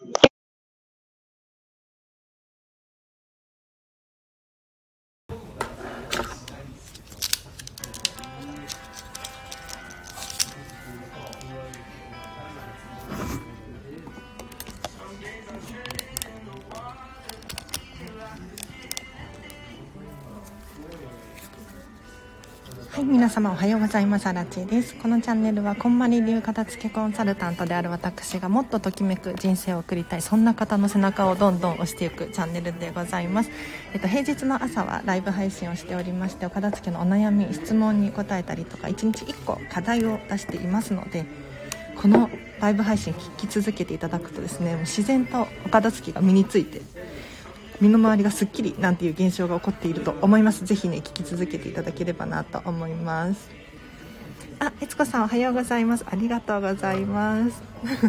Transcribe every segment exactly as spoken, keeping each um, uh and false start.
はい、皆様おはようございます。アラチェです。このチャンネルはこんまり流片付けコンサルタントである私がもっとときめく人生を送りたい、そんな方の背中をどんどん押していくチャンネルでございます。えっと、平日の朝はライブ配信をしておりまして、お片付けのお悩み質問に答えたりとかいちにちいっこ課題を出していますので、このライブ配信聞き続けていただくとですね、もう自然とお片付けが身について身の回りがすっきりなんていう現象が起こっていると思います。ぜひね聞き続けていただければなと思います。あ、悦子さんおはようございます。ありがとうございます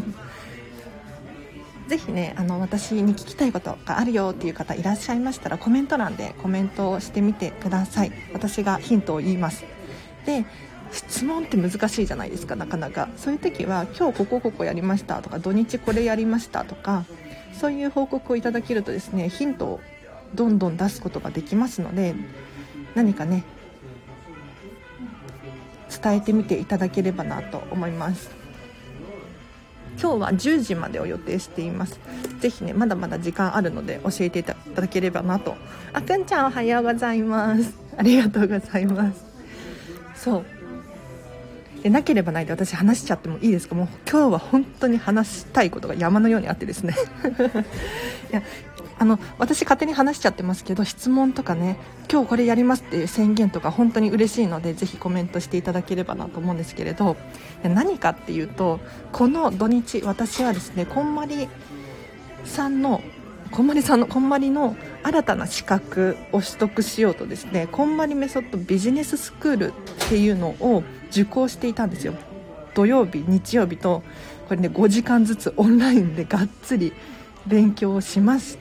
ぜひねあの私に聞きたいことがあるよっていう方いらっしゃいましたら、コメント欄でコメントをしてみてください。私がヒントを言います。で、質問って難しいじゃないですか、なかなか。そういう時は今日ここここやりましたとか、土日これやりましたとか、そういう報告をいただけるとですね、ヒントをどんどん出すことができますので、何かね伝えてみていただければなと思います。今日はじゅうじまでを予定しています。ぜひねまだまだ時間あるので教えていただければなと。あくんちゃんおはようございます。ありがとうございます。そうでなければないで私話しちゃってもいいですか。もう今日は本当に話したいことが山のようにあってですねいやあの私勝手に話しちゃってますけど、質問とかね、今日これやりますっていう宣言とか本当に嬉しいので、ぜひコメントしていただければなと思うんですけれど、何かっていうと、この土日私はですねこんまりさんのこんまりさんのこんまりの新たな資格を取得しようとですね、こんまりメソッドビジネススクールっていうのを受講していたんですよ。土曜日日曜日とこれねごじかんずつオンラインでがっつり勉強をしまして、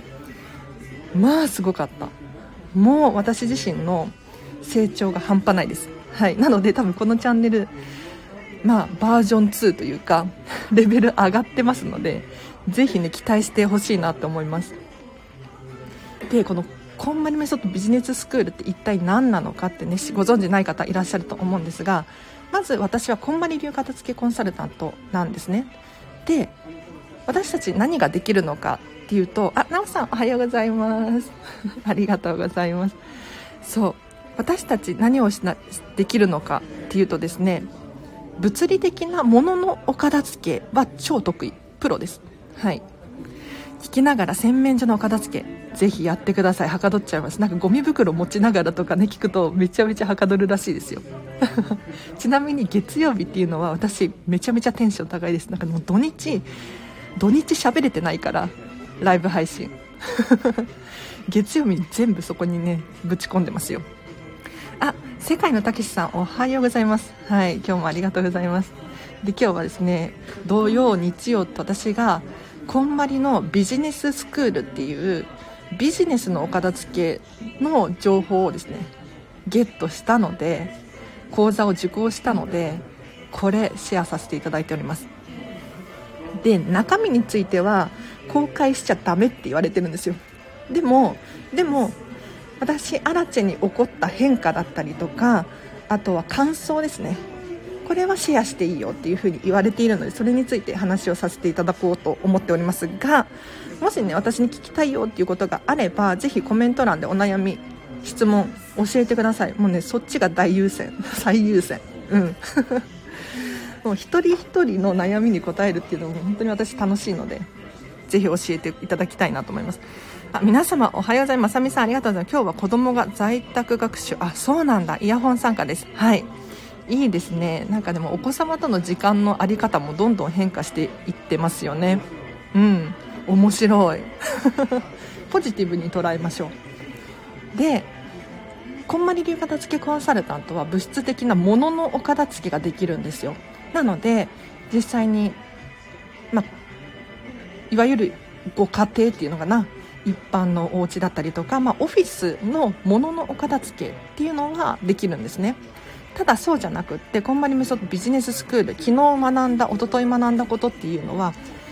まあすごかった。もう私自身の成長が半端ないです。はい、なので多分このチャンネルまあバージョンツーというかレベル上がってますので、ぜひね期待してほしいなと思います。で、このこんまりメソッドビジネススクールって一体何なのかってねご存じない方いらっしゃると思うんですが、まず私はこんまり流片付けコンサルタントなんですね。で、私たち何ができるのかっていうと、あ、なおさんおはようございますありがとうございます。そう私たち何をしなできるのかっていうとですね、物理的なもののお片付けは超得意、プロです。はい、聞きながら洗面所のお片付けぜひやってください。はかどっちゃいます。なんかゴミ袋持ちながらとかね聞くとめちゃめちゃはかどるらしいですよちなみに月曜日っていうのは私めちゃめちゃテンション高いです。なんかもう土日土日喋れてないからライブ配信月曜日に全部そこにねぶち込んでますよ。あ、世界のたけしさんおはようございます。はい、今日もありがとうございます。で、今日はですね土曜日曜と私がこんまりのビジネススクールっていうビジネスのお片付けの情報をですねゲットしたので、講座を受講したのでこれシェアさせていただいております。で、中身については公開しちゃダメって言われてるんですよ。でもでも私アラチェに起こった変化だったりとか、あとは感想ですね、これはシェアしていいよっていう風に言われているので、それについて話をさせていただこうと思っておりますが、もしね私に聞きたいよっていうことがあればぜひコメント欄でお悩み質問教えてください。もうねそっちが大優先最優先うんもう一人一人の悩みに答えるっていうのも本当に私楽しいので、ぜひ教えていただきたいなと思います。あ、皆様おはようございます。まさみさんありがとうございます。今日は子供が在宅学習、あ、そうなんだ、イヤホン参加です。はい、いいですね。なんかでもお子様との時間のあり方もどんどん変化していってますよね。うん、面白いポジティブに捉えましょう。で、こんまり流片付けコンサルタントは物質的なもののお片付けができるんですよ。なので実際に、まあ、いわゆるご家庭っていうのかな、一般のお家だったりとか、まあ、オフィスのもののお片付けっていうのができるんですね。ただそうじゃなくって、こんまりメソッドビジネススクール、昨日学んだ一昨日学んだことっていうのは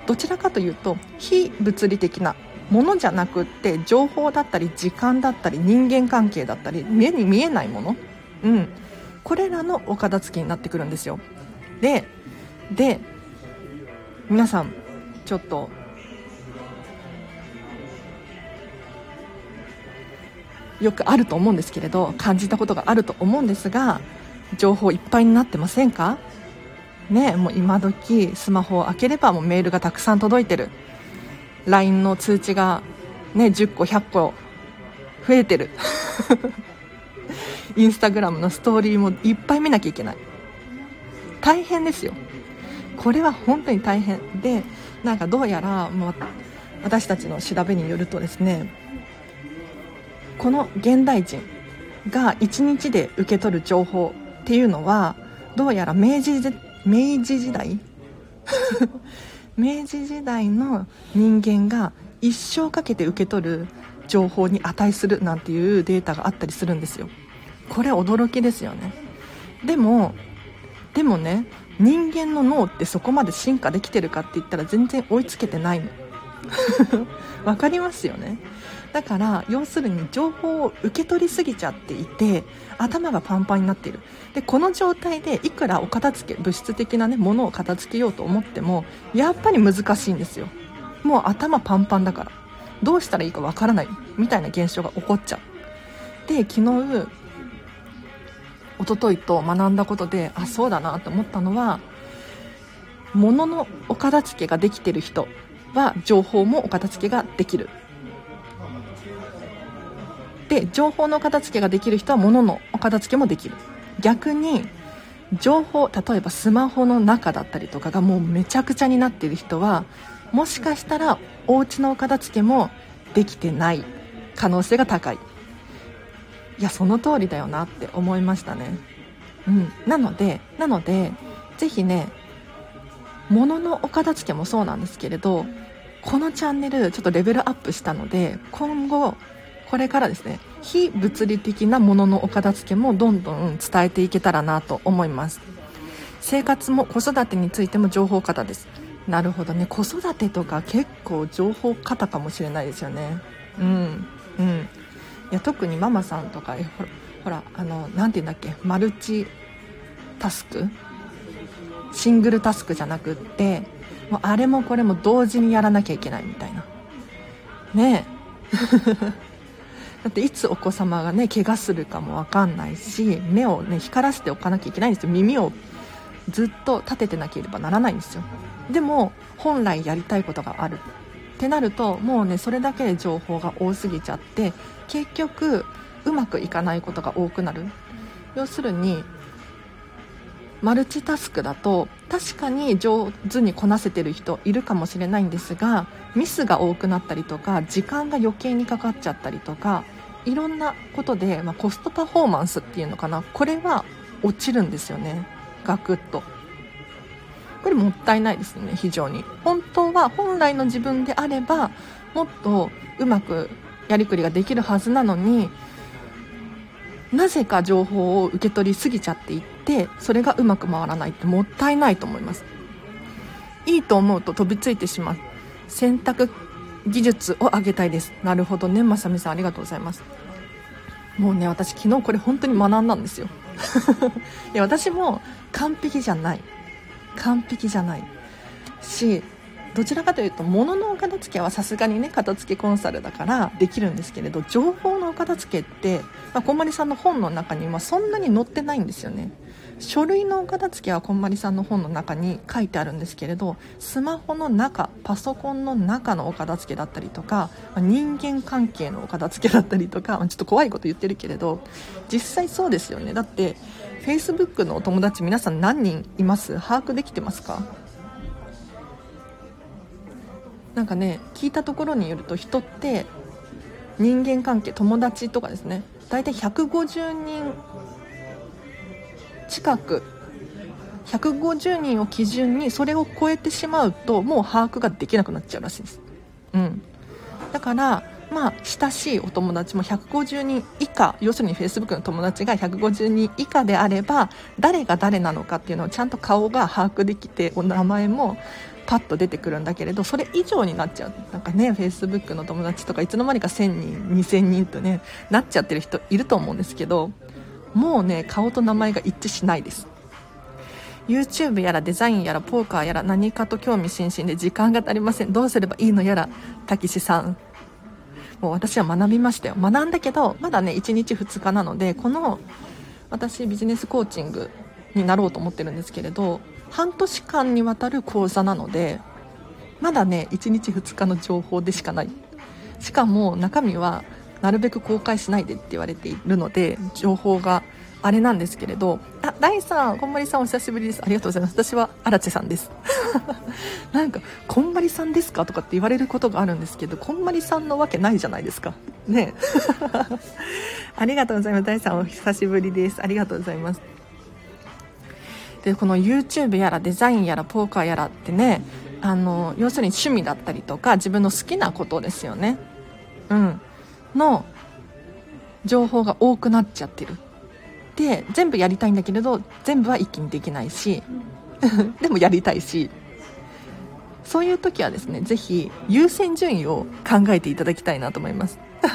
どちらかというと非物理的なものじゃなくって、情報だったり時間だったり人間関係だったり目に見えないもの、うん、これらのお片付けになってくるんですよ。でで皆さんちょっとよくあると思うんですけれど、感じたことがあると思うんですが、情報いっぱいになってませんかね。もう今時スマホを開ければもうメールがたくさん届いてる、 ライン の通知が、ね、じゅっこひゃっこ増えてるインスタグラムのストーリーもいっぱい見なきゃいけない。大変ですよ。これは本当に大変で、なんかどうやらもう私たちの調べによるとですね、この現代人がいちにちで受け取る情報っていうのは、どうやら明治時明治時代明治時代の人間が一生かけて受け取る情報に値するなんていうデータがあったりするんですよ。これ驚きですよね。でもでもね、人間の脳ってそこまで進化できてるかって言ったら全然追いつけてないのわかりますよね。だから要するに情報を受け取りすぎちゃっていて、頭がパンパンになっている。でこの状態でいくらお片付け、物質的なねものを片付けようと思ってもやっぱり難しいんですよ。もう頭パンパンだからどうしたらいいかわからないみたいな現象が起こっちゃう。で昨日一昨日と学んだことで、あ、そうだなと思ったのは、物のお片付けができている人は情報もお片付けができる。で情報のお片付けができる人は物のお片付けもできる。逆に情報、例えばスマホの中だったりとかがもうめちゃくちゃになっている人は、もしかしたらお家のお片付けもできてない可能性が高い。いやその通りだよなって思いましたね。うん、なのでなのでぜひね、物のお片付けもそうなんですけれど、このチャンネルちょっとレベルアップしたので、今後これからですね、非物理的なもののお片付けもどんどん伝えていけたらなと思います。生活も子育てについても情報型です。なるほどね、子育てとか結構情報型かもしれないですよね。うんうんいや特にママさんとかえほら、ほらあのなんて言うんだっけ、マルチタスク、シングルタスクじゃなくって、もうあれもこれも同時にやらなきゃいけないみたいなねえだっていつお子様がね怪我するかも分かんないし、目をね光らせておかなきゃいけないんですよ。耳をずっと立ててなければならないんですよ。でも本来やりたいことがあるってなると、もうねそれだけで情報が多すぎちゃって、結局うまくいかないことが多くなる。要するにマルチタスクだと確かに上手にこなせてる人いるかもしれないんですが、ミスが多くなったりとか時間が余計にかかっちゃったりとか、いろんなことで、まあ、コストパフォーマンスっていうのかな、これは落ちるんですよね、ガクッと。これもったいないですね、非常に。本当は本来の自分であればもっとうまくやりくりができるはずなのに、なぜか情報を受け取りすぎちゃっていって、それがうまく回らないってもったいないと思います。いいと思うと飛びついてしまう。選択技術を上げたいです。なるほどね、まさみさんありがとうございます。もうね私昨日これ本当に学んだんですよいや私も完璧じゃない完璧じゃないし、どちらかというと物のお片付けはさすがにね片付けコンサルだからできるんですけれど、情報のお片付けって、まあ、こんまりさんの本の中にはそんなに載ってないんですよね。書類のお片付けはこんまりさんの本の中に書いてあるんですけれど、スマホの中、パソコンの中のお片付けだったりとか、人間関係のお片付けだったりとか、ちょっと怖いこと言ってるけれど実際そうですよね。だって Facebook のお友達皆さん何人います？把握できてますか？なんかね聞いたところによると、人って人間関係、友達とかですね、だいたいひゃくごじゅうにん近く、ひゃくごじゅうにんを基準にそれを超えてしまうともう把握ができなくなっちゃうらしいです。うん、だからまあ親しいお友達もひゃくごじゅうにん以下、要するに Facebook の友達がひゃくごじゅうにん以下であれば誰が誰なのかっていうのをちゃんと顔が把握できて、お名前もパッと出てくるんだけれど、それ以上になっちゃう。なんかね、 Facebook の友達とかいつの間にかせんにんにせんにんとねなっちゃってる人いると思うんですけど、もうね顔と名前が一致しないです。 YouTube やらデザインやらポーカーやら何かと興味津々で時間が足りません、どうすればいいのやら。たけしさん、もう私は学びましたよ。学んだけどまだねいちにちふつかなので、この私ビジネスコーチングになろうと思ってるんですけれど、半年間にわたる講座なのでまだねいちにちふつかの情報でしかない。しかも中身はなるべく公開しないでって言われているので情報があれなんですけれど、あ、大さん、こんまりさんお久しぶりです。ありがとうございます。私は荒地さんですなんかこんまりさんですかとかって言われることがあるんですけど、こんまりさんのわけないじゃないですかねありがとうございます。大さんお久しぶりです。ありがとうございます。でこの YouTube やらデザインやらポーカーやらってね、あの要するに趣味だったりとか自分の好きなことですよね、うんの情報が多くなっちゃってる。で全部やりたいんだけれど全部は一気にできないしでもやりたいし、そういう時はですねぜひ優先順位を考えていただきたいなと思います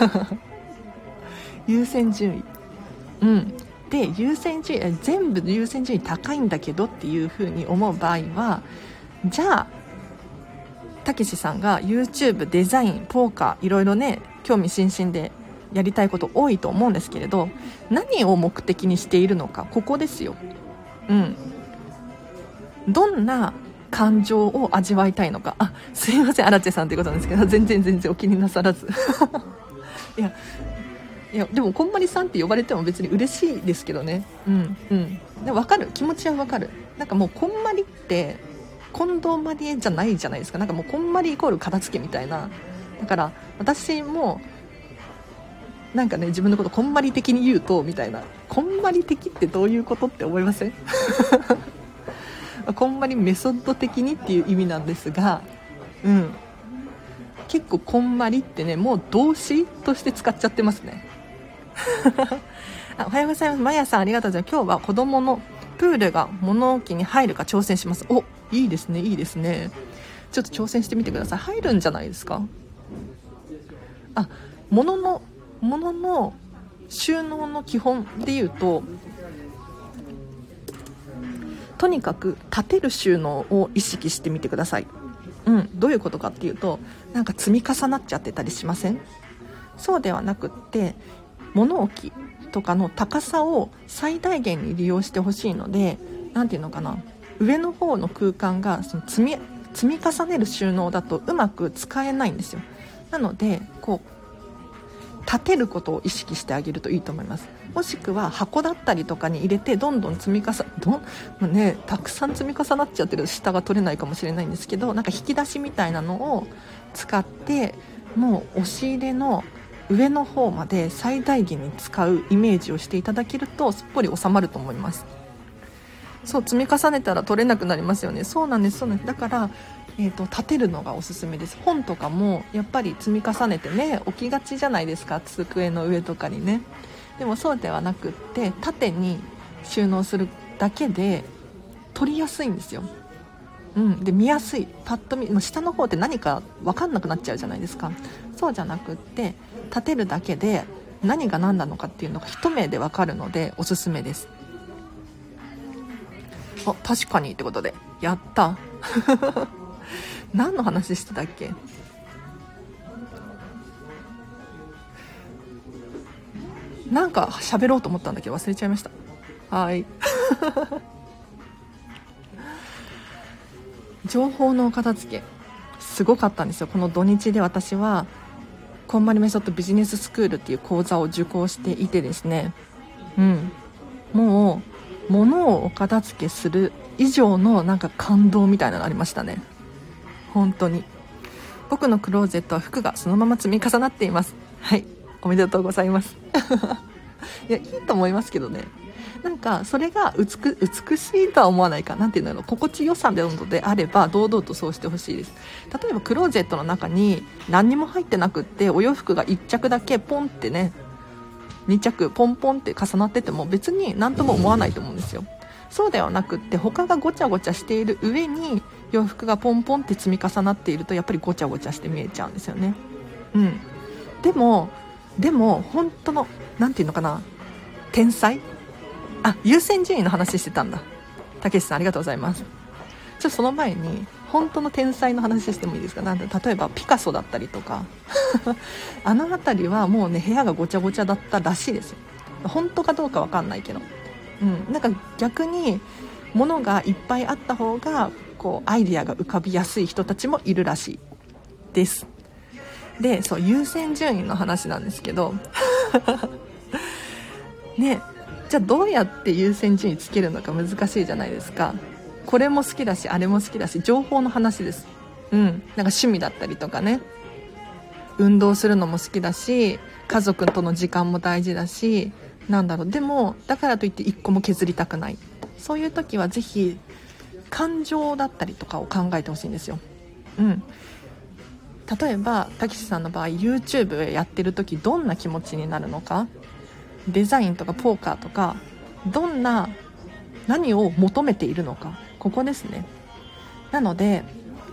優先順位、うんで優先順位全部優先順位高いんだけどっていう風に思う場合は、じゃあたけしさんが YouTube デザインポーカーいろいろね興味津々でやりたいこと多いと思うんですけれど、何を目的にしているのか、ここですよ。うんどんな感情を味わいたいのか。あ、すいません荒地さんということなんですけど、全然全然お気になさらずいやいやでもこんまりさんって呼ばれても別に嬉しいですけどね。うんうんで分かる、気持ちは分かる。なんかもうこんまりって近藤まりえじゃないじゃないですか。なんかもうこんまりイコール片付けみたいな。だから私もなんかね自分のことこんまり的に言うとみたいな、こんまり的ってどういうことって思いませんこんまりメソッド的にっていう意味なんですが、うん結構こんまりってねもう動詞として使っちゃってますねあおはようございます。まやさんありがとうございます。今日は子供のプールが物置に入るか挑戦します。お、いいですねいいですね。ちょっと挑戦してみてください。入るんじゃないですか。あ、物の物の収納の基本でいうと、とにかく立てる収納を意識してみてください。うん、どういうことかっていうと、なんか積み重なっちゃってたりしません？そうではなくって物置とかの高さを最大限に利用してほしいので、なんていうのかな、上の方の空間がその積み積み重ねる収納だとうまく使えないんですよ。なのでこう立てることを意識してあげるといいと思います。もしくは箱だったりとかに入れてどんどん積み重どん、ね、たくさん積み重なっちゃってると下が取れないかもしれないんですけど、なんか引き出しみたいなのを使ってもう押し入れの上の方まで最大限に使うイメージをしていただけるとすっぽり収まると思います。そう積み重ねたら取れなくなりますよね。そうなんですそうなんです。だからえーと、立てるのがおすすめです。本とかもやっぱり積み重ねてね置きがちじゃないですか、机の上とかにね。でもそうではなくって縦に収納するだけで取りやすいんですよ、うん、で見やすい。パッと見下の方って何か分かんなくなっちゃうじゃないですか。そうじゃなくって立てるだけで何が何なのかっていうのが一目で分かるのでおすすめです。あ、確かにってことでやった何の話してたっけ。なんか喋ろうと思ったんだけど忘れちゃいました。はい情報の片付けすごかったんですよ。この土日で私はこんまりメソッドビジネススクールっていう講座を受講していてですね、うんもう物をお片付けする以上のなんか感動みたいなのありましたね。本当に僕のクローゼットは服がそのまま積み重なっています。はい、おめでとうございますいやいいと思いますけどね。なんかそれが美, 美しいとは思わないか、なんていうの、心地よさでのであれば堂々とそうしてほしいです。例えばクローゼットの中に何にも入ってなくってお洋服がいっ着だけポンってねに着ポンポンって重なってても別に何とも思わないと思うんですよ。そうではなくって他がごちゃごちゃしている上に洋服がポンポンって積み重なっているとやっぱりごちゃごちゃして見えちゃうんですよね。うん、でもでも本当のなんていうのかな、天才、あ、優先順位の話してたんだ。たけしさんありがとうございます。ちょっとその前に本当の天才の話してもいいですか。なんで例えばピカソだったりとかあの辺りはもうね部屋がごちゃごちゃだったらしいですよ。本当かどうか分かんないけど、うん、なんか逆に物がいっぱいあった方がこうアイデアが浮かびやすい人たちもいるらしいです。で、そう優先順位の話なんですけどね、じゃあどうやって優先順位つけるのか難しいじゃないですか。これも好きだしあれも好きだし、情報の話です。うん、なんか趣味だったりとかね、運動するのも好きだし、家族との時間も大事だし、なんだろう、でもだからといって一個も削りたくない、そういう時はぜひ感情だったりとかを考えてほしいんですよ。うん、例えばたけしさんの場合 YouTube やってる時どんな気持ちになるのか、デザインとかポーカーとかどんな何を求めているのか、ここですね。なので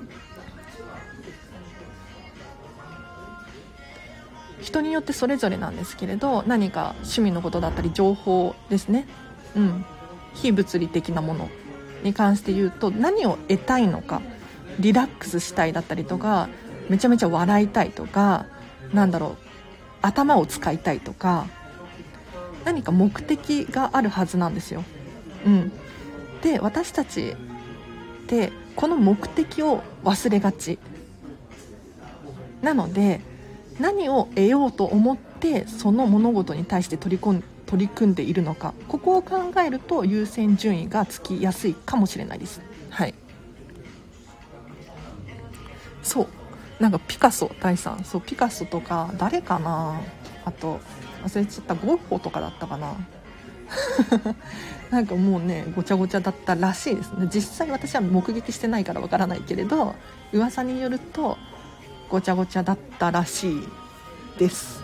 人によってそれぞれなんですけれど、何か趣味のことだったり情報ですね、うん、非物理的なものに関して言うと何を得たいのか、リラックスしたいだったりとか、めちゃめちゃ笑いたいとか、なんだろう、頭を使いたいとか、何か目的があるはずなんですよ。うん、で私たちってこの目的を忘れがちなので、何を得ようと思ってその物事に対して取り込ん取り組んでいるのか、ここを考えると優先順位がつきやすいかもしれないです。はい、そう、なんかピカソ大さん、そうピカソとか誰かな、あと忘れちゃった、ゴッホとかだったかななんかもうねごちゃごちゃだったらしいですね。実際私は目撃してないからわからないけれど、噂によるとごちゃごちゃだったらしいです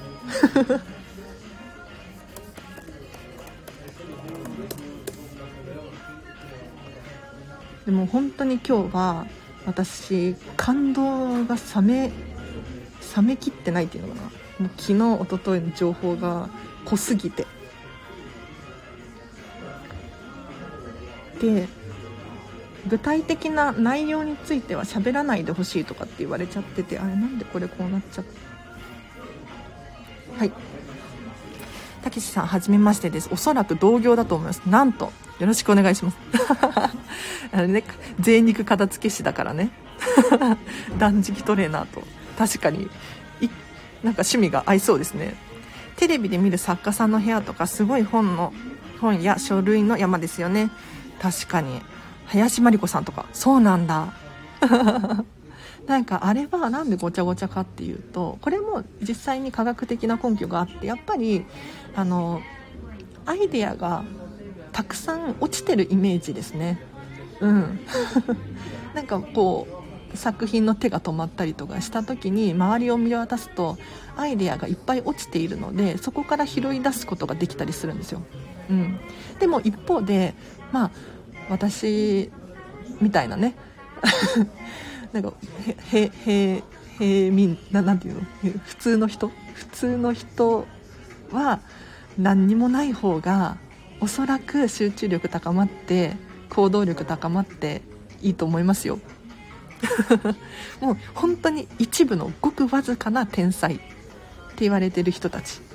でも本当に今日は私感動が冷め冷めきってないっていうのかな、もう昨日一昨日の情報が濃すぎて、で具体的な内容については喋らないでほしいとかって言われちゃってて、あれなんでこれこうなっちゃった。はい、たけしさんはじめましてです。おそらく同業だと思います。なんとよろしくお願いしますあれね、贅肉片付け師だからね断食トレーナーと確かにいなんか趣味が合いそうですね。テレビで見る作家さんの部屋とかすごい本の本や書類の山ですよね。確かに林真理子さんとかそうなんだなんかあれはなんでごちゃごちゃかっていうと、これも実際に科学的な根拠があって、やっぱりあのアイデアがたくさん落ちてるイメージですね。うんなんかこう作品の手が止まったりとかした時に周りを見渡すとアイデアがいっぱい落ちているので、そこから拾い出すことができたりするんですよ。うん、でも一方でまあ私みたいなねなんかへへ平民な、なんていうの、普通の人普通の人は何にもない方がおそらく集中力高まって行動力高まっていいと思いますよもう本当に一部のごくわずかな天才って言われてる人たち。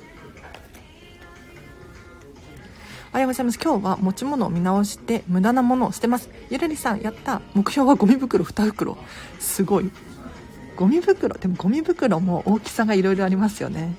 おはようございます。今日は持ち物を見直して無駄なものを捨てます。ゆるりさんやった。目標はゴミ袋に袋。すごい。ゴミ袋でもゴミ袋も大きさがいろいろありますよね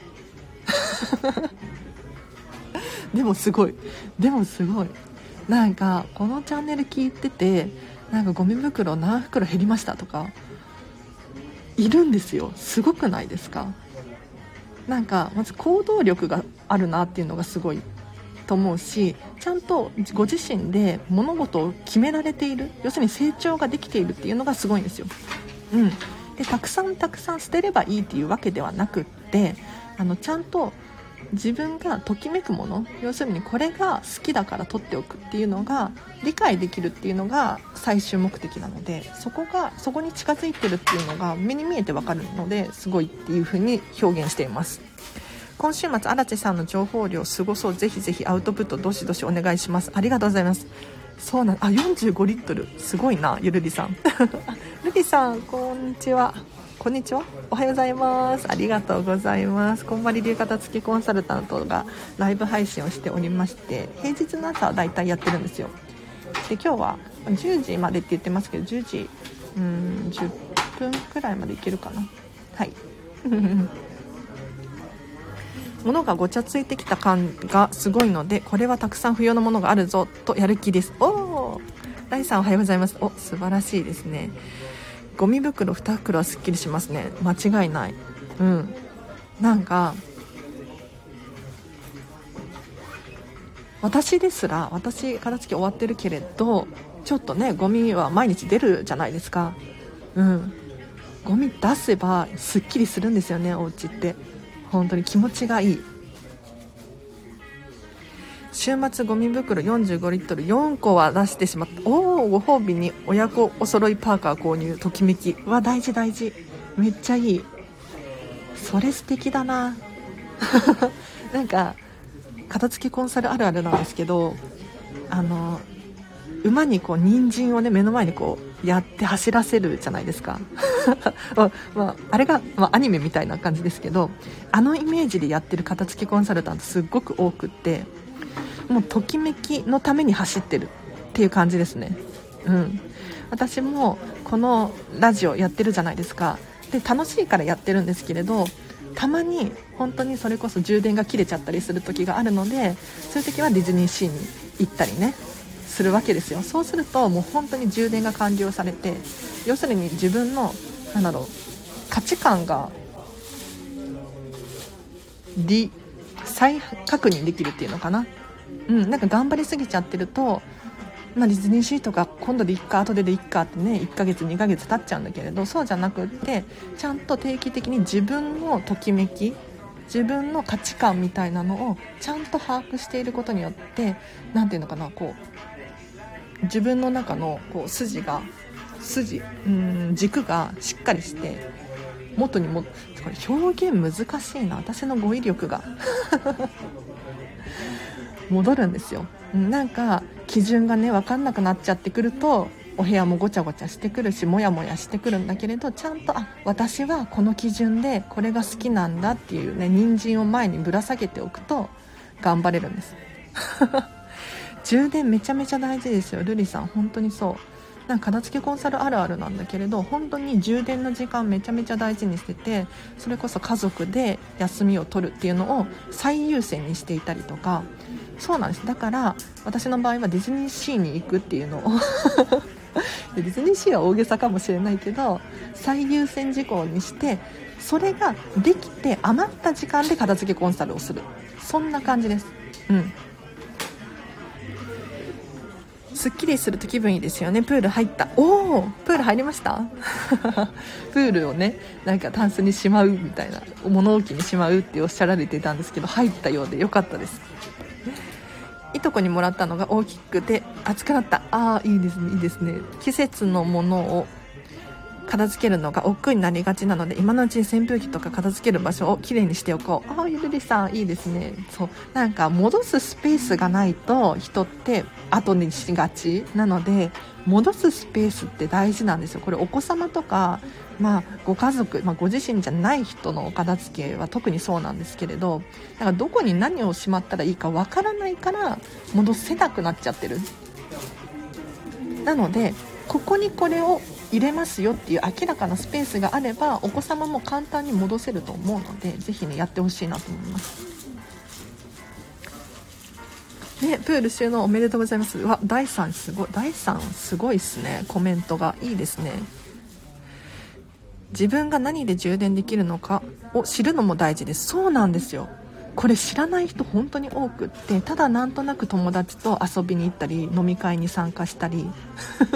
でもすごいでもすごいなんかこのチャンネル聞いてて、なんかゴミ袋何袋減りましたとかいるんですよ。すごくないですか。なんかまず行動力があるなっていうのがすごいと思うし、ちゃんとご自身で物事を決められている、要するに成長ができているっていうのがすごいんですよ。うん、でたくさんたくさん捨てればいいっていうわけではなくって、あのちゃんと自分がときめくもの、要するにこれが好きだから取っておくっていうのが理解できるっていうのが最終目的なので、そこがそこに近づいてるっていうのが目に見えてわかるのですごいっていう風に表現しています。今週末荒地さんの情報量すごそう、ぜひぜひアウトプットどしどしお願いします。ありがとうございます。そうなんあよんじゅうごリットルすごいな、ゆるりさんルリさんこんにちは。こんにちは、おはようございます。ありがとうございます。こんまり流片付けコンサルタントがライブ配信をしておりまして、平日の朝はだいたいやってるんですよ。で今日はじゅうじまでって言ってますけど、じゅうじうーんじゅっぷんくらいまでいけるかな。はい物がごちゃついてきた感がすごいので、これはたくさん不要なものがあるぞとやる気です。おお、ライさんおはようございます。お、素晴らしいですね。ゴミ袋に袋はすっきりしますね。間違いない。うん。なんか私ですら、私片付け終わってるけれど、ちょっとねゴミは毎日出るじゃないですか。うん。ゴミ出せばすっきりするんですよね、お家って。本当に気持ちがいい。週末ゴミ袋よんじゅうごリットルよんこは出してしまった。おお、ご褒美に親子お揃いパーカー購入、ときめきは大事大事、めっちゃいい。それ素敵だななんか片付けコンサルあるあるなんですけど、あの馬にこう人参をね目の前にこうやって走らせるじゃないですかまあ、まあ、あれが、まあ、アニメみたいな感じですけど、あのイメージでやってる片付けコンサルタントすっごく多くって、もうときめきのために走ってるっていう感じですね。うん、私もこのラジオやってるじゃないですか。で楽しいからやってるんですけれど、たまに本当にそれこそ充電が切れちゃったりする時があるので、そういう時はディズニーシーに行ったりねするわけですよ。そうするともう本当に充電が完了されて、要するに自分のなんだろう価値観がリ再確認できるっていうのかな。うん、なんか頑張りすぎちゃってると、まあ、ディズニーシーとか今度でいっか後ででいっかってねいっかげつにかげつ経っちゃうんだけれど、そうじゃなくってちゃんと定期的に自分のときめき、自分の価値観みたいなのをちゃんと把握していることによって、なんていうのかな、こう自分の中のこう筋が筋うん軸がしっかりして元にも、これ表現難しいな、私の語彙力が戻るんですよ。なんか基準がね分かんなくなっちゃってくると、お部屋もごちゃごちゃしてくるし、もやもやしてくるんだけれど、ちゃんとあ私はこの基準でこれが好きなんだっていうね、人参を前にぶら下げておくと頑張れるんです充電めちゃめちゃ大事ですよ、ルリさん。本当にそう。なんか片付けコンサルあるあるなんだけれど、本当に充電の時間めちゃめちゃ大事にしてて、それこそ家族で休みを取るっていうのを最優先にしていたりとか。そうなんです。だから私の場合はディズニーシーに行くっていうのをディズニーシーは大げさかもしれないけど、最優先事項にして、それができて余った時間で片付けコンサルをする、そんな感じです。うんすっきりすると気分いいですよね。プール入った。おー、プール入りましたプールをねなんかタンスにしまうみたいな、物置にしまうっておっしゃられていたんですけど、入ったようでよかったです。いとこにもらったのが大きくて熱くなった。あーいいですねいいですね。季節のものを片付けるのが億劫になりがちなので、今のうちに扇風機とか片付ける場所をきれいにしておこう。ああ、ゆるりさんいいですね。そう、なんか戻すスペースがないと人って後にしがちなので、戻すスペースって大事なんですよ。これお子様とか、まあ、ご家族、まあ、ご自身じゃない人のお片付けは特にそうなんですけれど、だからどこに何をしまったらいいかわからないから戻せなくなっちゃってる。なのでここにこれを入れますよっていう明らかなスペースがあれば、お子様も簡単に戻せると思うので、ぜひねやってほしいなと思いますね。プール収納おめでとうございます。うわ、第三すごい、第三すごいですね。コメントがいいですね。自分が何で充電できるのかを知るのも大事です。そうなんですよ。これ知らない人本当に多くって、ただなんとなく友達と遊びに行ったり飲み会に参加したり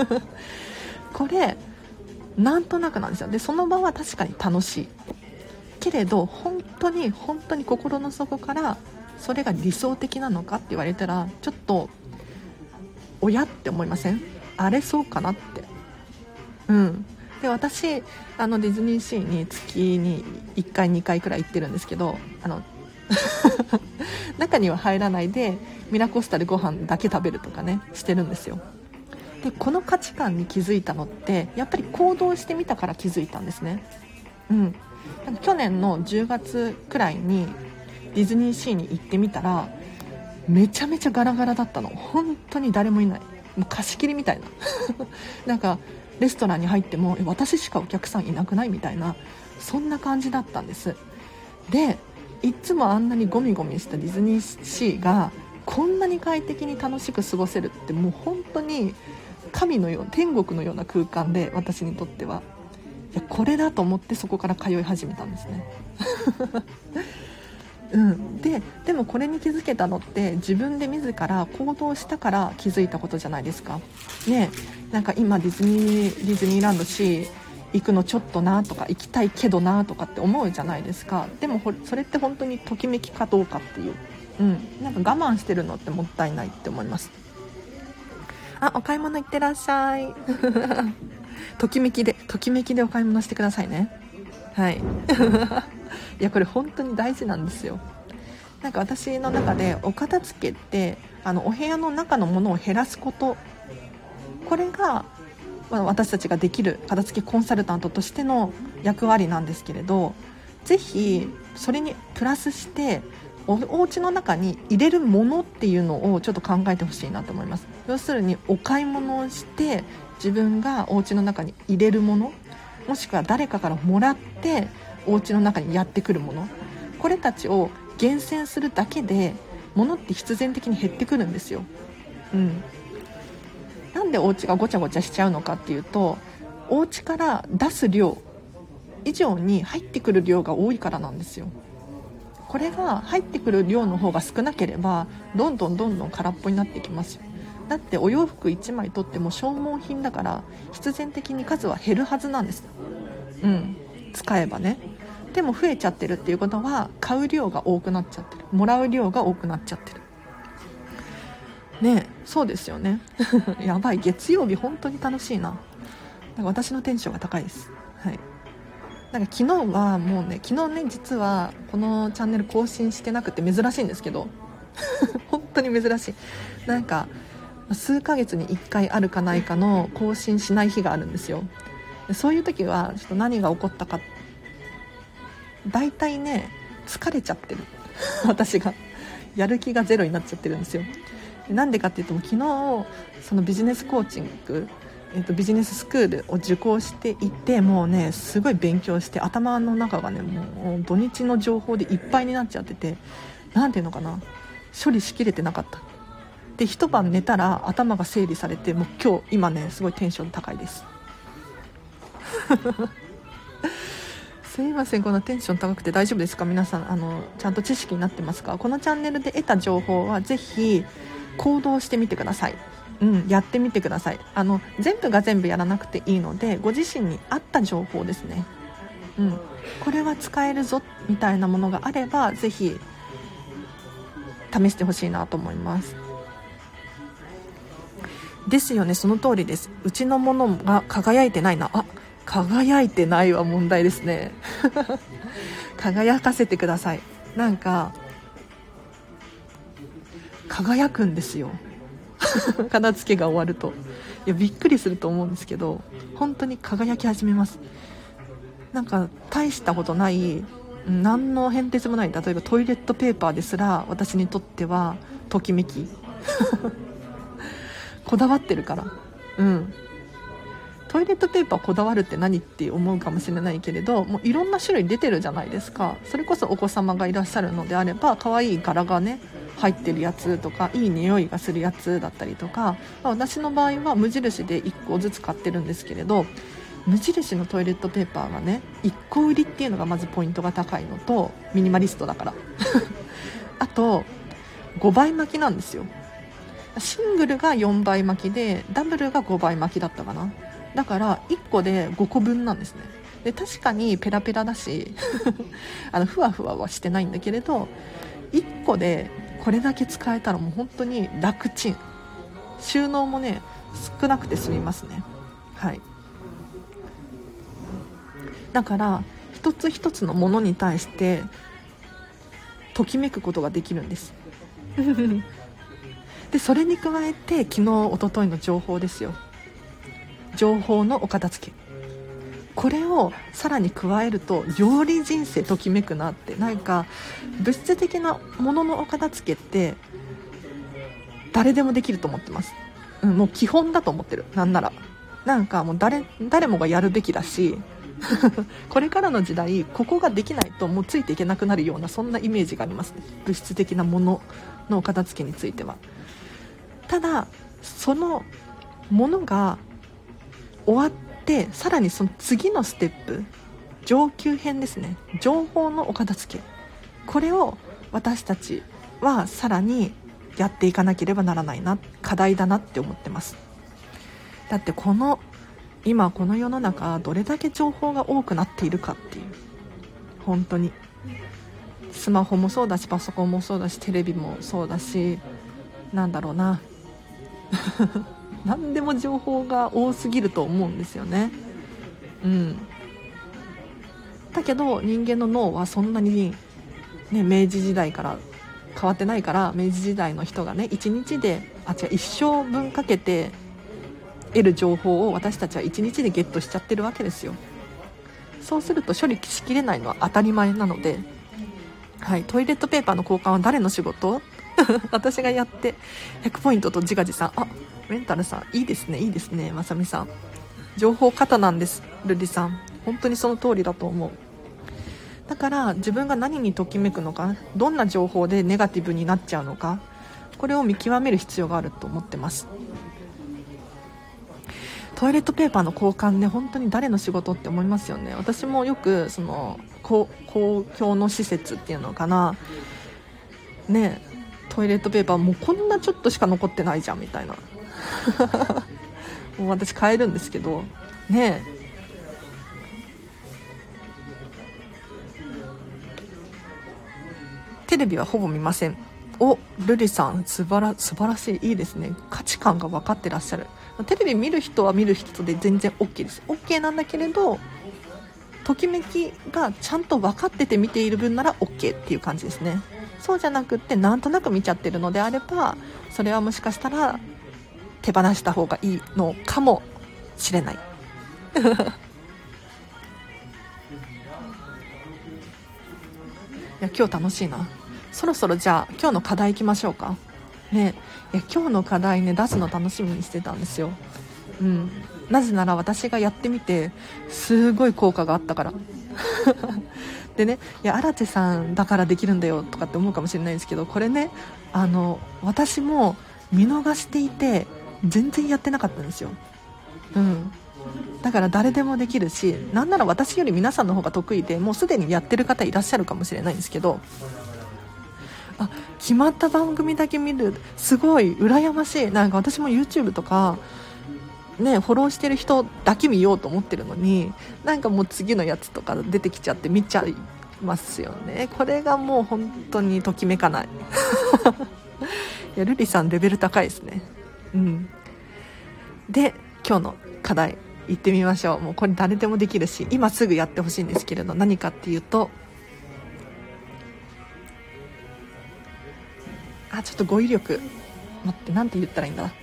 これなんとなくなんですよ。でその場は確かに楽しい。 けれど本当に本当に心の底からそれが理想的なのかって言われたらちょっと親って思いません？あれそうかなって。うんで私あのディズニーシーに月にいっかいにかいくらい行ってるんですけど、あの中には入らないでミラコスタでご飯だけ食べるとかねしてるんですよ。でこの価値観に気づいたのってやっぱり行動してみたから気づいたんですね。うん去年のじゅうがつくらいにディズニーシーに行ってみたらめちゃめちゃガラガラだったの。本当に誰もいない、もう貸し切りみたいななんかレストランに入ってもえ私しかお客さんいなくないみたいな、そんな感じだったんです。でいつもあんなにゴミゴミしたディズニーシーがこんなに快適に楽しく過ごせるってもう本当に神のよう天国のような空間で、私にとってはいやこれだと思ってそこから通い始めたんですねうん、で, でもこれに気づけたのって自分で自ら行動したから気づいたことじゃないですかね。なんか今ディズニーディズニーランドシー行くのちょっとなとか行きたいけどなとかって思うじゃないですか。でもそれって本当にときめきかどうかっていう、うん、なんか我慢してるのってもったいないって思います。あ、お買い物行ってらっしゃいときめきでときめきでお買い物してくださいね。はいいやこれ本当に大事なんですよ。なんか私の中でお片付けってあのお部屋の中のものを減らすこと、これが、まあ、私たちができる片付けコンサルタントとしての役割なんですけれど、ぜひそれにプラスしてお, お家の中に入れるものっていうのをちょっと考えてほしいなと思います。要するにお買い物をして自分がお家の中に入れるもの、もしくは誰かからもらってお家の中にやってくるもの、これたちを厳選するだけで物って必然的に減ってくるんですよ。うん、なんでお家がごちゃごちゃしちゃうのかっていうと、お家から出す量以上に入ってくる量が多いからなんですよ。これが入ってくる量の方が少なければどんどんどんどん空っぽになっていきますよ。だってお洋服いちまい取っても消耗品だから必然的に数は減るはずなんです。うん、使えばね。でも増えちゃってるっていうことは買う量が多くなっちゃってる、もらう量が多くなっちゃってるね。えそうですよねやばい、月曜日本当に楽しいな。なんか私のテンションが高いです。はい。なんか昨日はもうね昨日ね実はこのチャンネル更新してなくて珍しいんですけど本当に珍しい。なんか数ヶ月にいっかいあるかないかの更新しない日があるんですよ。そういう時はちょっと何が起こったか、大体ね疲れちゃってる私がやる気がゼロになっちゃってるんですよ。なんでかっていうと昨日そのビジネスコーチング、えー、とビジネススクールを受講していて、もうねすごい勉強して頭の中がねもう土日の情報でいっぱいになっちゃってて、なんていうのかな、処理しきれてなかった。で一晩寝たら頭が整理されて、もう今日今ねすごいテンション高いですすいません、こんなテンション高くて大丈夫ですか皆さん。あのちゃんと知識になってますか？このチャンネルで得た情報はぜひ行動してみてください。うん、やってみてください。あの全部が全部やらなくていいのでご自身に合った情報ですね。うん、これは使えるぞみたいなものがあればぜひ試してほしいなと思います。ですよね、その通りです。うちのものが輝いてないな。あ、輝いてないは問題ですね輝かせてください。なんか輝くんですよ片付けが終わると。いやびっくりすると思うんですけど本当に輝き始めます。なんか大したことない何の変哲もない、例えばトイレットペーパーですら私にとってはときめきこだわってるから。うんトイレットペーパーこだわるって何って思うかもしれないけれど、もういろんな種類出てるじゃないですか。それこそお子様がいらっしゃるのであれば可愛い柄がね入ってるやつとかいい匂いがするやつだったりとか、まあ、私の場合は無印でいっこずつ買ってるんですけれど、無印のトイレットペーパーがねいっこ売りっていうのがまずポイントが高いのと、ミニマリストだからあとごばい巻きなんですよ。シングルがよんばい巻きでダブルがごばい巻きだったかな。だからいっこでごこぶんなんですね。 で確かにペラペラだしあのふわふわはしてないんだけれど、いっこでこれだけ使えたらもう本当に楽ちん、収納もね少なくて済みますね。はい、だから一つ一つのものに対してときめくことができるんですでそれに加えて昨日一昨日の情報ですよ、情報のお片付け、これをさらに加えるとより人生ときめくなって、なんか物質的なもののお片付けって誰でもできると思ってます、うん、もう基本だと思ってる。なんならなんかもう 誰, 誰もがやるべきだしこれからの時代ここができないともうついていけなくなるような、そんなイメージがありますね、物質的なもののお片付けについては。ただそのものが終わってさらにその次のステップ、上級編ですね、情報のお片付け、これを私たちはさらにやっていかなければならないな、課題だなって思ってます。だってこの今この世の中どれだけ情報が多くなっているかっていう、本当にスマホもそうだしパソコンもそうだしテレビもそうだし、なんだろうな何でも情報が多すぎると思うんですよね。うんだけど人間の脳はそんなに、ね、明治時代から変わってないから、明治時代の人がねいちにちであ違う一生分かけて得る情報を私たちはいちにちでゲットしちゃってるわけですよ。そうすると処理しきれないのは当たり前なので、はい、トイレットペーパーの交換は誰の仕事私がやってひゃくポイントと自画自賛。あ、メンタルさんいいですねいいですね、まさみさん情報過多なんです。ルリさん本当にその通りだと思う。だから自分が何にときめくのか、どんな情報でネガティブになっちゃうのか、これを見極める必要があると思ってます。トイレットペーパーの交換ね、本当に誰の仕事って思いますよね。私もよくその公共の施設っていうのかなね、トイレットペーパーもうこんなちょっとしか残ってないじゃんみたいなもう私買えるんですけどね。テレビはほぼ見ません。お、ルリさん素晴ら、素晴らしい、いいですね、価値観が分かってらっしゃる。テレビ見る人は見る人で全然 OK です。 OK なんだけれど、ときめきがちゃんと分かってて見ている分なら OK っていう感じですね。そうじゃなくってなんとなく見ちゃってるのであれば、それはもしかしたら手放した方がいいのかもしれないいや今日楽しいな。そろそろじゃあ今日の課題いきましょうかね。いや今日の課題ね出すの楽しみにしてたんですよ。うん、なぜなら私がやってみてすごい効果があったからでね、いや荒地さんだからできるんだよとかって思うかもしれないですけど、これねあの私も見逃していて全然やってなかったんですよ。うん、だから誰でもできるし、なんなら私より皆さんの方が得意でもうすでにやってる方いらっしゃるかもしれないんですけど、あ、決まった番組だけ見る、すごい羨ましい。なんか私も YouTube とかね、フォローしてる人だけ見ようと思ってるのに、なんかもう次のやつとか出てきちゃって見ちゃいますよね。これがもう本当にときめかないいやルリさんレベル高いですね。うん、で今日の課題行ってみましょう。もうこれ誰でもできるし今すぐやってほしいんですけれど、何かっていうと、あ、ちょっと語彙力待って、なんて言ったらいいんだ。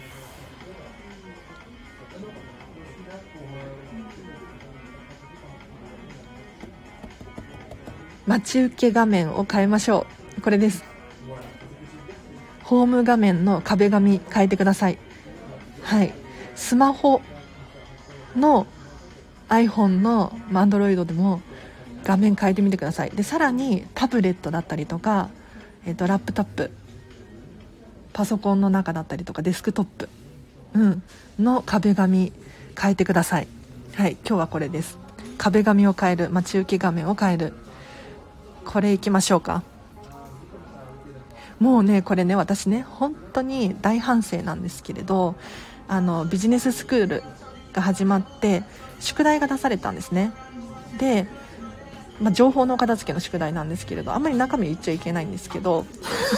待ち受け画面を変えましょう。これです。ホーム画面の壁紙変えてください。はい、スマホの iPhone の Android でも画面変えてみてください。でさらにタブレットだったりとか、えーと、ラップトップ、パソコンの中だったりとかデスクトップ、うん、の壁紙変えてください。はい、今日はこれです。壁紙を変える、待ち受け画面を変える、これいきましょうか。もうねこれね私ね本当に大反省なんですけれど、あのビジネススクールが始まって宿題が出されたんですね。 で、まあ、情報の片付けの宿題なんですけれど、あんまり中身言っちゃいけないんですけど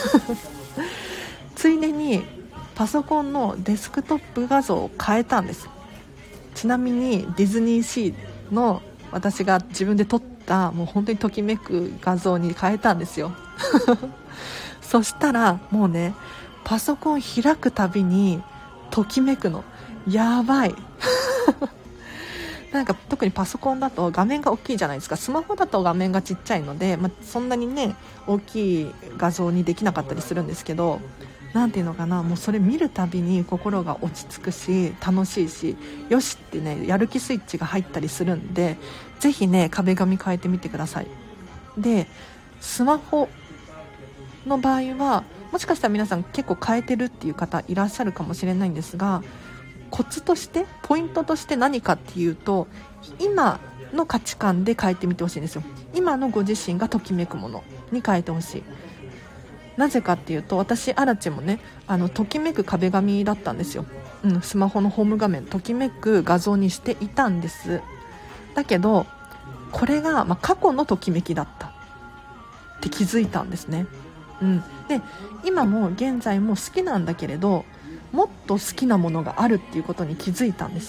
ついでにパソコンのデスクトップ画像を変えたんです。ちなみにディズニーシーの私が自分で撮ったもう本当にときめく画像に変えたんですよそしたらもうね、パソコン開くたびにときめくの。やばいなんか特にパソコンだと画面が大きいじゃないですか。スマホだと画面がちっちゃいので、まあ、そんなにね大きい画像にできなかったりするんですけど、なんていうのかな、もうそれ見るたびに心が落ち着くし楽しいし、よしってねやる気スイッチが入ったりするんで、ぜひね壁紙変えてみてください。でスマホの場合はもしかしたら皆さん結構変えてるっていう方いらっしゃるかもしれないんですが、コツとしてポイントとして何かっていうと、今の価値観で変えてみてほしいんですよ。今のご自身がときめくものに変えてほしい。なぜかっていうと、私アラチェもねあのときめく壁紙だったんですよ、うん、スマホのホーム画面ときめく画像にしていたんです。だけどこれが、まあ、過去のときめきだったって気づいたんですね、うん、で今も現在も好きなんだけれど、もっと好きなものがあるっていうことに気づいたんです。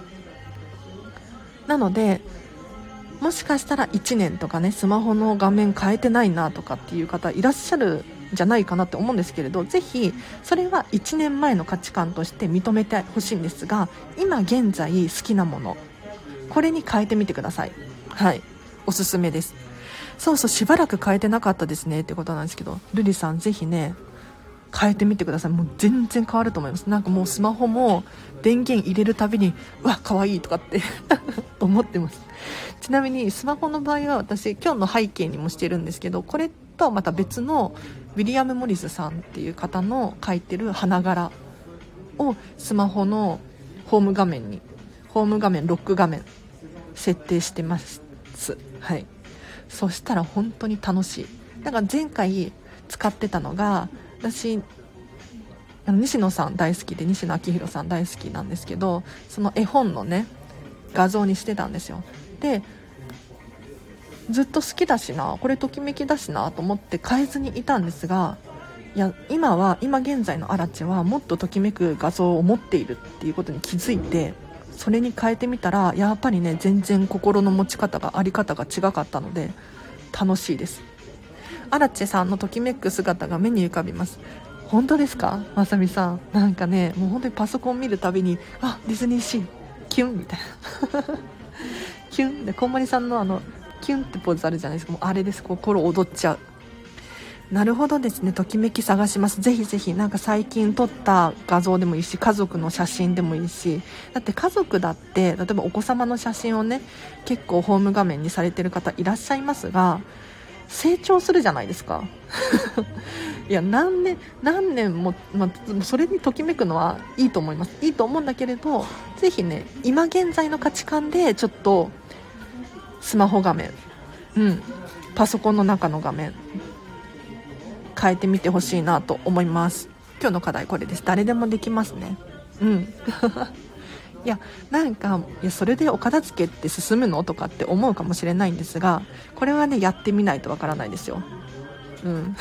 なのでもしかしたらいちねんとかねスマホの画面変えてないなとかっていう方いらっしゃるんじゃないかなって思うんですけれど、ぜひそれはいちねんまえの価値観として認めてほしいんですが、今現在好きなもの、これに変えてみてください。はい、おすすめです。そうそう、しばらく変えてなかったですねってことなんですけど、ルリさんぜひね変えてみてください。もう全然変わると思います。なんかもうスマホも電源入れるたびにうわ可愛いとかって思ってます。ちなみにスマホの場合は私今日の背景にもしてるんですけど、これとまた別のウィリアム・モリスさんっていう方の描いてる花柄をスマホのホーム画面にホーム画面ロック画面設定してます。はい、そしたら本当に楽しい。だから前回使ってたのが、私あの西野さん大好きで西野昭弘さん大好きなんですけど、その絵本のね画像にしてたんですよ。でずっと好きだしな、これときめきだしなと思って変えずにいたんですが、いや今は今現在のアラチェはもっとときめく画像を持っているっていうことに気づいて、それに変えてみたらやっぱりね全然心の持ち方があり方が違かったので楽しいです。アラチェさんのときめく姿が目に浮かびます。本当ですか、まさみさん。なんかねもう本当にパソコン見るたびにあディズニーシーキュンみたいなキュンでこんまりさんのあのキュンってポーズあるじゃないですか、もうあれです。心踊っちゃう。なるほどですね、ときめき探します。ぜひぜひなんか最近撮った画像でもいいし、家族の写真でもいいし、だって家族だって例えばお子様の写真をね結構ホーム画面にされてる方いらっしゃいますが、成長するじゃないですかいや何年何年も、まあ、それにときめくのはいいと思います。いいと思うんだけれど、ぜひね今現在の価値観でちょっとスマホ画面、うん、パソコンの中の画面変えてみてほしいなと思います。今日の課題これです。誰でもできますね。うんいやなんかいやそれでお片付けって進むのとかって思うかもしれないんですが、これはねやってみないとわからないですよ。うん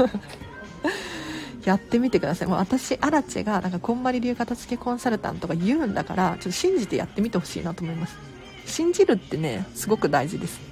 やってみてください。もう私アラチェがなんかこんまり流片付けコンサルタントが言うんだから、ちょっと信じてやってみてほしいなと思います。信じるってねすごく大事です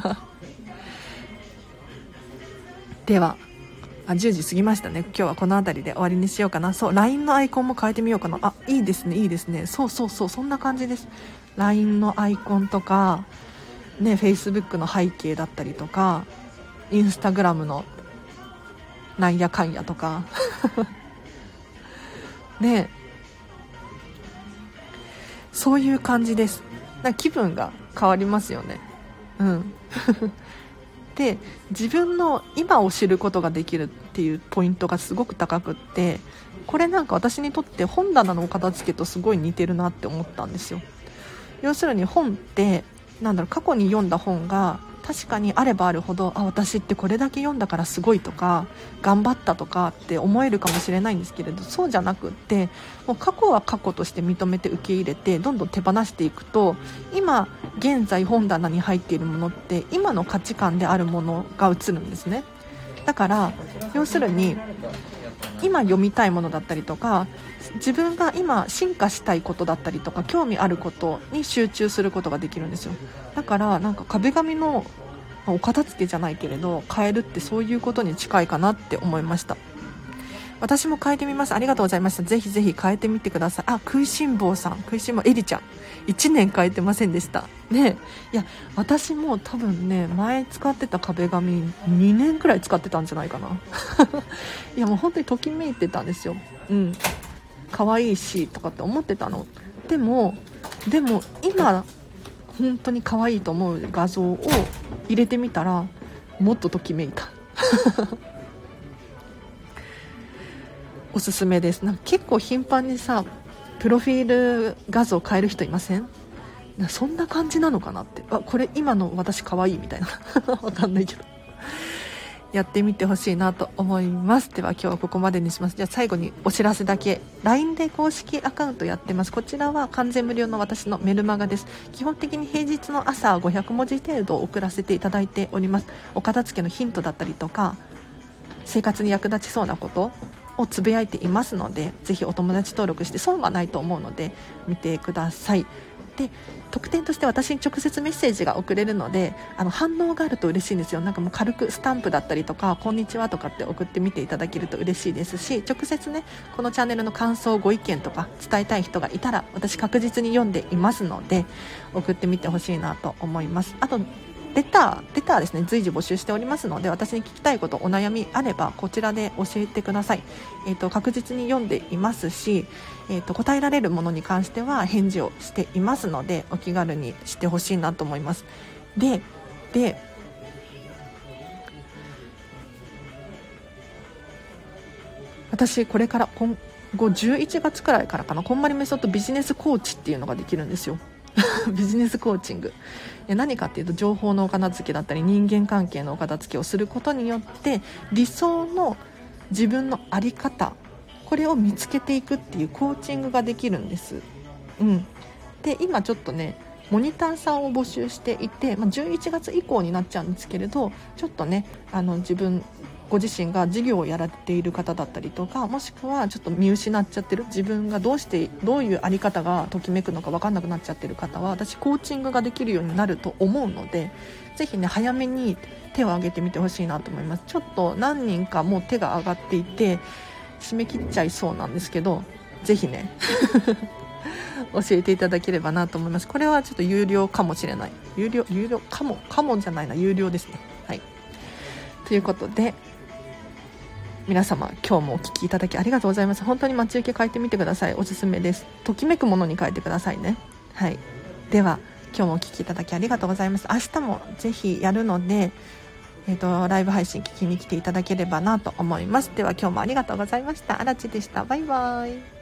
ではあじゅうじ過ぎましたね。今日はこの辺りで終わりにしようかな。そう ライン のアイコンも変えてみようかな。あいいですねいいですね。そうそうそうそんな感じです。 ライン のアイコンとかね Facebook の背景だったりとか Instagram のなんやかんやとかねそういう感じです。なんか気分が変わりますよね。うんで自分の今を知ることができるっていうポイントがすごく高くって、これなんか私にとって本棚のお片付けとすごい似てるなって思ったんですよ。要するに本ってなんだろう、過去に読んだ本が確かにあればあるほど、あ私ってこれだけ読んだからすごいとか頑張ったとかって思えるかもしれないんですけれど、そうじゃなくってもう過去は過去として認めて受け入れてどんどん手放していくと、今現在本棚に入っているものって今の価値観であるものが映るんですね。だから要するに今読みたいものだったりとか、自分が今進化したいことだったりとか興味あることに集中することができるんですよ。だからなんか壁紙のお片付けじゃないけれど変えるってそういうことに近いかなって思いました。私も変えてみます。ありがとうございました。ぜひぜひ変えてみてください。あ、食いしん坊さん、食いしん坊エリちゃん、いちねん変えてませんでしたね。いや私も多分ね、前使ってた壁紙にねんくらい使ってたんじゃないかな。いやもう本当にときめいてたんですよ。うん可愛いしとかって思ってたの。でもでも今本当に可愛いと思う画像を入れてみたらもっとときめいた。おすすめです。なんか結構頻繁にさプロフィール画像変える人いません？そんな感じなのかなって、あこれ今の私可愛いみたいなわかんないけどやってみてほしいなと思います。では今日はここまでにします。じゃあ最後にお知らせだけ。 ライン で公式アカウントやってます。こちらは完全無料の私のメルマガです。基本的に平日の朝ごひゃくもじ程度送らせていただいております。お片付けのヒントだったりとか生活に役立ちそうなことをつぶやいていますので、ぜひお友達登録して損はないと思うので見てください。で特典として私に直接メッセージが送れるので、あの反応があると嬉しいんですよ。なんかもう軽くスタンプだったりとかこんにちはとかって送ってみていただけると嬉しいですし、直接ねこのチャンネルの感想ご意見とか伝えたい人がいたら私確実に読んでいますので送ってみてほしいなと思います。あとレター、レターですね、随時募集しておりますので、私に聞きたいこと、お悩みあればこちらで教えてください。えーと、確実に読んでいますし、えーと、答えられるものに関しては返事をしていますので、お気軽にしてほしいなと思います。で、で、私これから今後じゅういちがつくらいからかな、こんまりメソッドビジネスコーチっていうのができるんですよ。ビジネスコーチング、何かっていうと情報のお片付けだったり人間関係のお片付けをすることによって理想の自分の在り方、これを見つけていくっていうコーチングができるんです。うん、で今ちょっとねモニターさんを募集していて、まあ、じゅういちがつ以降になっちゃうんですけれど、ちょっとねあの自分ご自身が事業をやられている方だったりとか、もしくはちょっと見失っちゃってる、自分がどうしてどういうあり方がときめくのか分かんなくなっちゃってる方は、私コーチングができるようになると思うので、ぜひね早めに手を挙げてみてほしいなと思います。ちょっと何人かもう手が挙がっていて締め切っちゃいそうなんですけど、ぜひね教えていただければなと思います。これはちょっと有料かもしれない、有料有料かもかもじゃないな、有料ですね。はいということで皆様今日もお聞きいただきありがとうございます。本当に待ち受け変えてみてください。おすすめです。ときめくものに変えてくださいね。はい、では今日もお聞きいただきありがとうございます。明日もぜひやるので、えーと、ライブ配信聞きに来ていただければなと思います。では今日もありがとうございました。あらちでした。バイバイ。